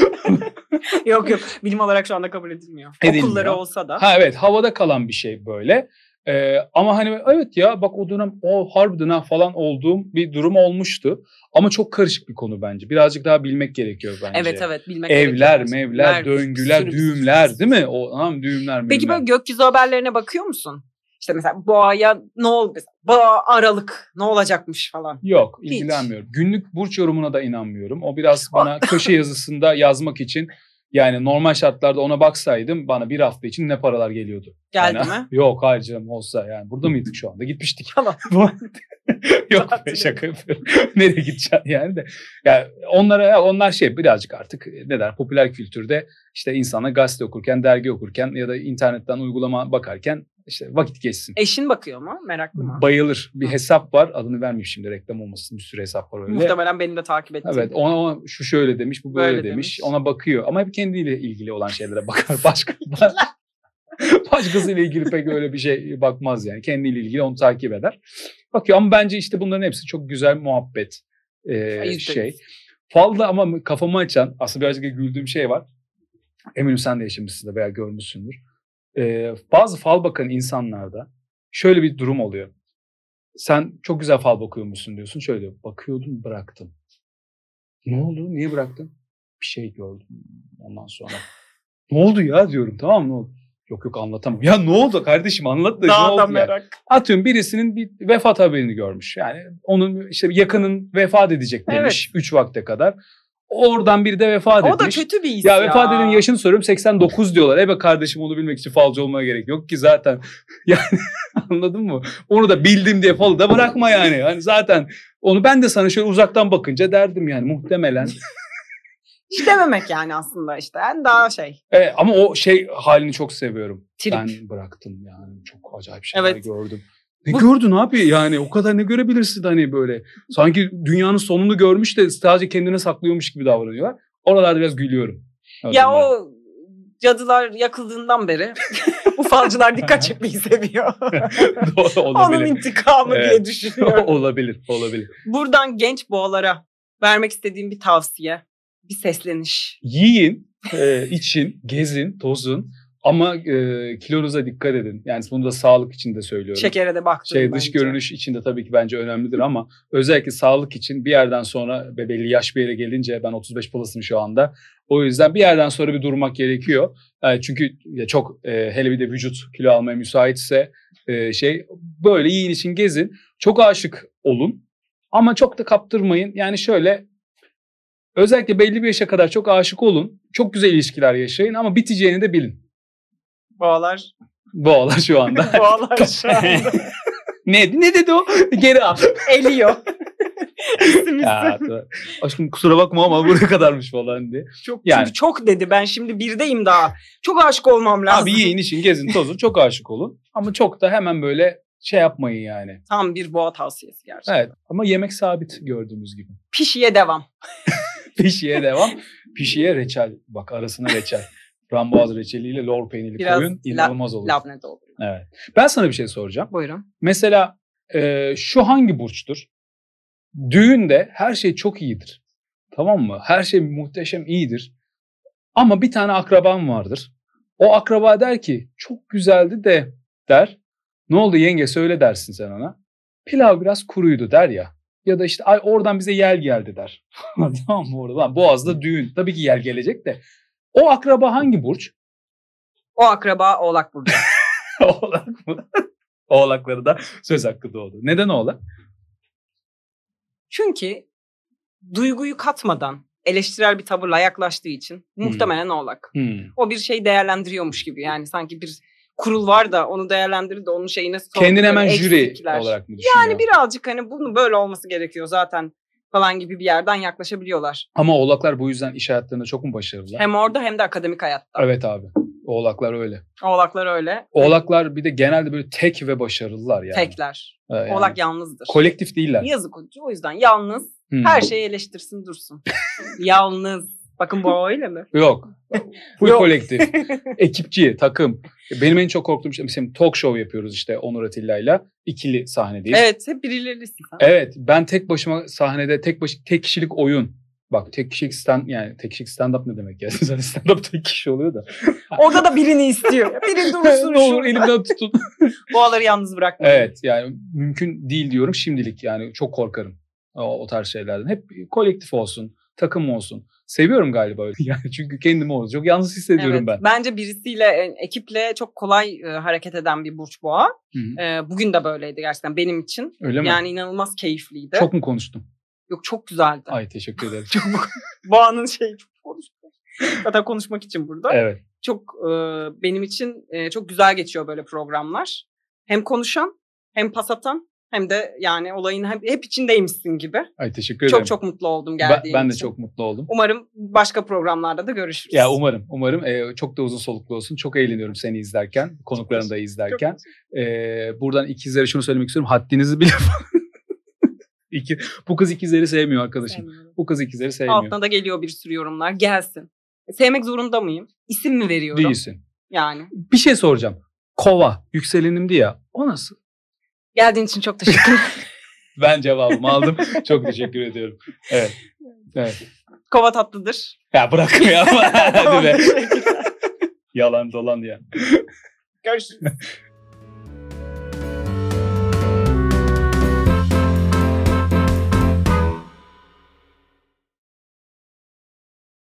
yok yok. Bilim olarak şu anda kabul edilmiyor. edilmiyor. Okulları olsa da. Ha evet havada kalan bir şey böyle. Ee, ama hani evet ya bak o dönem o harbiden ha falan olduğum bir durum olmuştu. Ama çok karışık bir konu bence. Birazcık daha bilmek gerekiyor bence. Evet evet bilmek Evler, gerekiyor. mevler, Mer, döngüler, sürü, düğümler sürü, değil mi? O tamam düğümler, Peki müğümler. böyle gökyüzü haberlerine bakıyor musun? İşte mesela boğaya ne oldu? Boğa Aralık ne olacakmış falan. Yok ilgilenmiyorum. Hiç. Günlük burç yorumuna da inanmıyorum. O biraz bana köşe yazısında yazmak için Yani normal şartlarda ona baksaydım bana bir hafta için ne paralar geliyordu. Geldi yani, mi? Yok hayır canım olsa yani burada mıydık şu anda gitmiştik. Tamam. Yok be şaka yapıyorum. Nereye gideceksin yani de. Yani onlara onlar şey birazcık artık ne der popüler kültürde işte insana gazete okurken, dergi okurken ya da internetten uygulama bakarken işte vakit geçsin. Eşin bakıyor mu? Meraklı mı? Bayılır. Bir Hı. hesap var. Adını vermeyeyim şimdi reklam olmasın. Bir sürü hesap var öyle. Muhtemelen beni de takip ettiği. Evet ona, ona şu şöyle demiş bu böyle, Böyle demiş. demiş. Ona bakıyor ama hep kendiyle ilgili olan şeylere bakar. Başka başkasıyla ilgili pek öyle bir şey bakmaz yani. Kendiyle ilgili onu takip eder. Bakıyor ama bence işte bunların hepsi çok güzel muhabbet e, şey. Falda ama kafamı açan aslında birazcık güldüğüm şey var. Eminim sen de yaşamışsındır veya görmüşsündür. E, bazı fal bakan insanlarda şöyle bir durum oluyor. Sen çok güzel fal bakıyormuşsun diyorsun. Şöyle diyor. Bakıyordum bıraktım. Ne oldu? Niye bıraktın? Bir şey gördüm ondan sonra. Ne oldu ya diyorum. Tamam ne oldu? Yok yok anlatamam. Ya ne oldu kardeşim anlat da Daha ne da oldu merak. Yani? Atıyorum birisinin bir vefat haberini görmüş. Yani onun işte yakının vefat edecek demiş. Evet. üç vakte kadar. Oradan biri de vefat o etmiş. O da kötü bir his ya. ya. Vefat edenin yaşını soruyorum seksen dokuz diyorlar. Evet kardeşim onu bilmek için falcı olmaya gerek yok ki zaten. Yani anladın mı? Onu da bildim diye falı da bırakma yani. Hani zaten onu ben de sana şöyle uzaktan bakınca derdim yani muhtemelen. Hiç dememek yani aslında işte. Yani daha şey. Evet, ama o şey halini çok seviyorum. Trip. Ben bıraktım yani çok acayip şeyler Evet. gördüm. Ne Bu... gördün abi yani o kadar ne görebilirsin hani böyle. Sanki dünyanın sonunu görmüş de sadece kendine saklıyormuş gibi davranıyorlar. Oralarda biraz gülüyorum. Ya o cadılar yakıldığından beri bu falcılar dikkat çekmeyi seviyor. Onun intikamı evet. diye düşünüyorum. Olabilir, olabilir. Buradan genç boğalara vermek istediğim bir tavsiye, bir sesleniş. Yiyin, e, için, gezin, tozun. Ama e, kilonuza dikkat edin. Yani bunu da sağlık için de söylüyorum. Şekere de baktım şey, bence. Dış görünüş için de tabii ki bence önemlidir ama özellikle sağlık için bir yerden sonra belli yaş bir yere gelince ben otuz beş plus'ım şu anda. O yüzden bir yerden sonra bir durmak gerekiyor. E, çünkü ya çok e, hele bir de vücut kilo almaya müsaitse e, şey böyle yiyin için gezin. Çok aşık olun ama çok da kaptırmayın. Yani şöyle özellikle belli bir yaşa kadar çok aşık olun. Çok güzel ilişkiler yaşayın ama biteceğini de bilin. Boğalar. Boğalar şu anda. Boğalar şu anda. ne, ne dedi o? Geri al. Eliyor. ya, aşkım kusura bakma ama buraya kadarmış falan diye. Çok, yani. Çünkü çok dedi. Ben şimdi birdeyim daha. Çok aşık olmam lazım. Abi yiyin için gezin tozun çok aşık olun. Ama çok da hemen böyle şey yapmayın yani. Tam bir boğa tavsiyesi gerçekten. Evet ama yemek sabit gördüğümüz gibi. Pişiye devam. Pişiye devam. Pişiye reçel. Bak arasına reçel. Frambuaz reçeliyle lor peynirli biraz koyun inanılmaz la, olur. Labne de olur. Evet. Ben sana bir şey soracağım. Buyurun. Mesela e, şu hangi burçtur? Düğünde her şey çok iyidir. Tamam mı? Her şey muhteşem iyidir. Ama bir tane akraban vardır. O akraba der ki çok güzeldi de der. Ne oldu yenge söyle dersin sen ona. Pilav biraz kuruydu der ya. Ya da işte ay oradan bize yel geldi der. Tamam mı oradan? Boğaz'da düğün. Tabii ki yel gelecek de. O akraba hangi burç? O akraba Oğlak burcu. Oğlak mı? Oğlakları da söz hakkı doğdu. Neden oğlak? Çünkü duyguyu katmadan eleştirel bir tavırla yaklaştığı için hmm. muhtemelen oğlak. Hmm. O bir şey değerlendiriyormuş gibi. Yani sanki bir kurul var da onu değerlendirir de onun şeyine kendini hemen jüri olarak mı düşünüyor? Yani birazcık hani bunun böyle olması gerekiyor zaten falan gibi bir yerden yaklaşabiliyorlar. Ama oğlaklar bu yüzden iş hayatlarında çok mu başarılılar? Hem orada hem de akademik hayatta. Evet abi. Oğlaklar öyle. Oğlaklar öyle. Oğlaklar bir de genelde böyle tek ve başarılılar yani. Tekler. Ee, yani. Oğlak yalnızdır. Kolektif değiller. Yazık o yüzden yalnız. Hmm. Her şeyi eleştirsin dursun. Yalnız. Bakın bu öyle mi? Yok. Full kolektif. Ekipçi, takım. Benim en çok korktuğum şey mesela talk show yapıyoruz işte Onur Atilla'yla. İkili sahnedeyiz. Evet, hep birilerisin. Evet, ben tek başıma sahnede tek baş tek kişilik oyun. Bak tek kişilik stand yani tek kişilik stand up ne demek yani? Zaten stand up tek kişi oluyor da. Orada da birini istiyor. Biri dursun. Ne olur elimden tutun. Boğaları yalnız bırakmayın. Evet, yani mümkün değil diyorum şimdilik yani çok korkarım o, o tarz şeylerden. Hep kolektif olsun, takım olsun. Seviyorum galiba öyle yani çünkü kendimi olsun. Çok yalnız hissediyorum evet, ben. Bence birisiyle, ekiple çok kolay e, hareket eden bir burç boğa. E, bugün de böyleydi gerçekten benim için. Öyle mi? Yani inanılmaz keyifliydi. Çok mu konuştum? Yok çok güzeldi. Ay teşekkür ederim. Çok boğanın şeyi çok konuştu. Zaten konuşmak için burada. Evet. Çok e, benim için e, çok güzel geçiyor böyle programlar. Hem konuşan, hem pas atan, hem de yani olayın hep, hep içindeymişsin gibi. Ay teşekkür ederim. Çok çok mutlu oldum ben, geldiğin ben de için. çok mutlu oldum. Umarım başka programlarda da görüşürüz. Ya umarım, umarım. Ee, çok da uzun soluklu olsun. Çok eğleniyorum seni izlerken, konuklarını da izlerken. Ee, buradan ikizlere şunu söylemek istiyorum. Haddinizi bilin. İki, bu kız ikizleri sevmiyor arkadaşım. Sevmiyorum. Bu kız ikizleri sevmiyor. Altına da geliyor bir sürü yorumlar. Gelsin. Sevmek zorunda mıyım? İsim mi veriyorum? Değilsin. Yani. Bir şey soracağım. Kova, yükselenimdi ya. O nasıl? Geldiğin için çok teşekkür ederim. Ben cevabımı aldım. Çok teşekkür ediyorum. Evet. Evet. Kova tatlıdır. Ya bırak ya. Hadi be. Yalan dolan ya. Görüşürüz.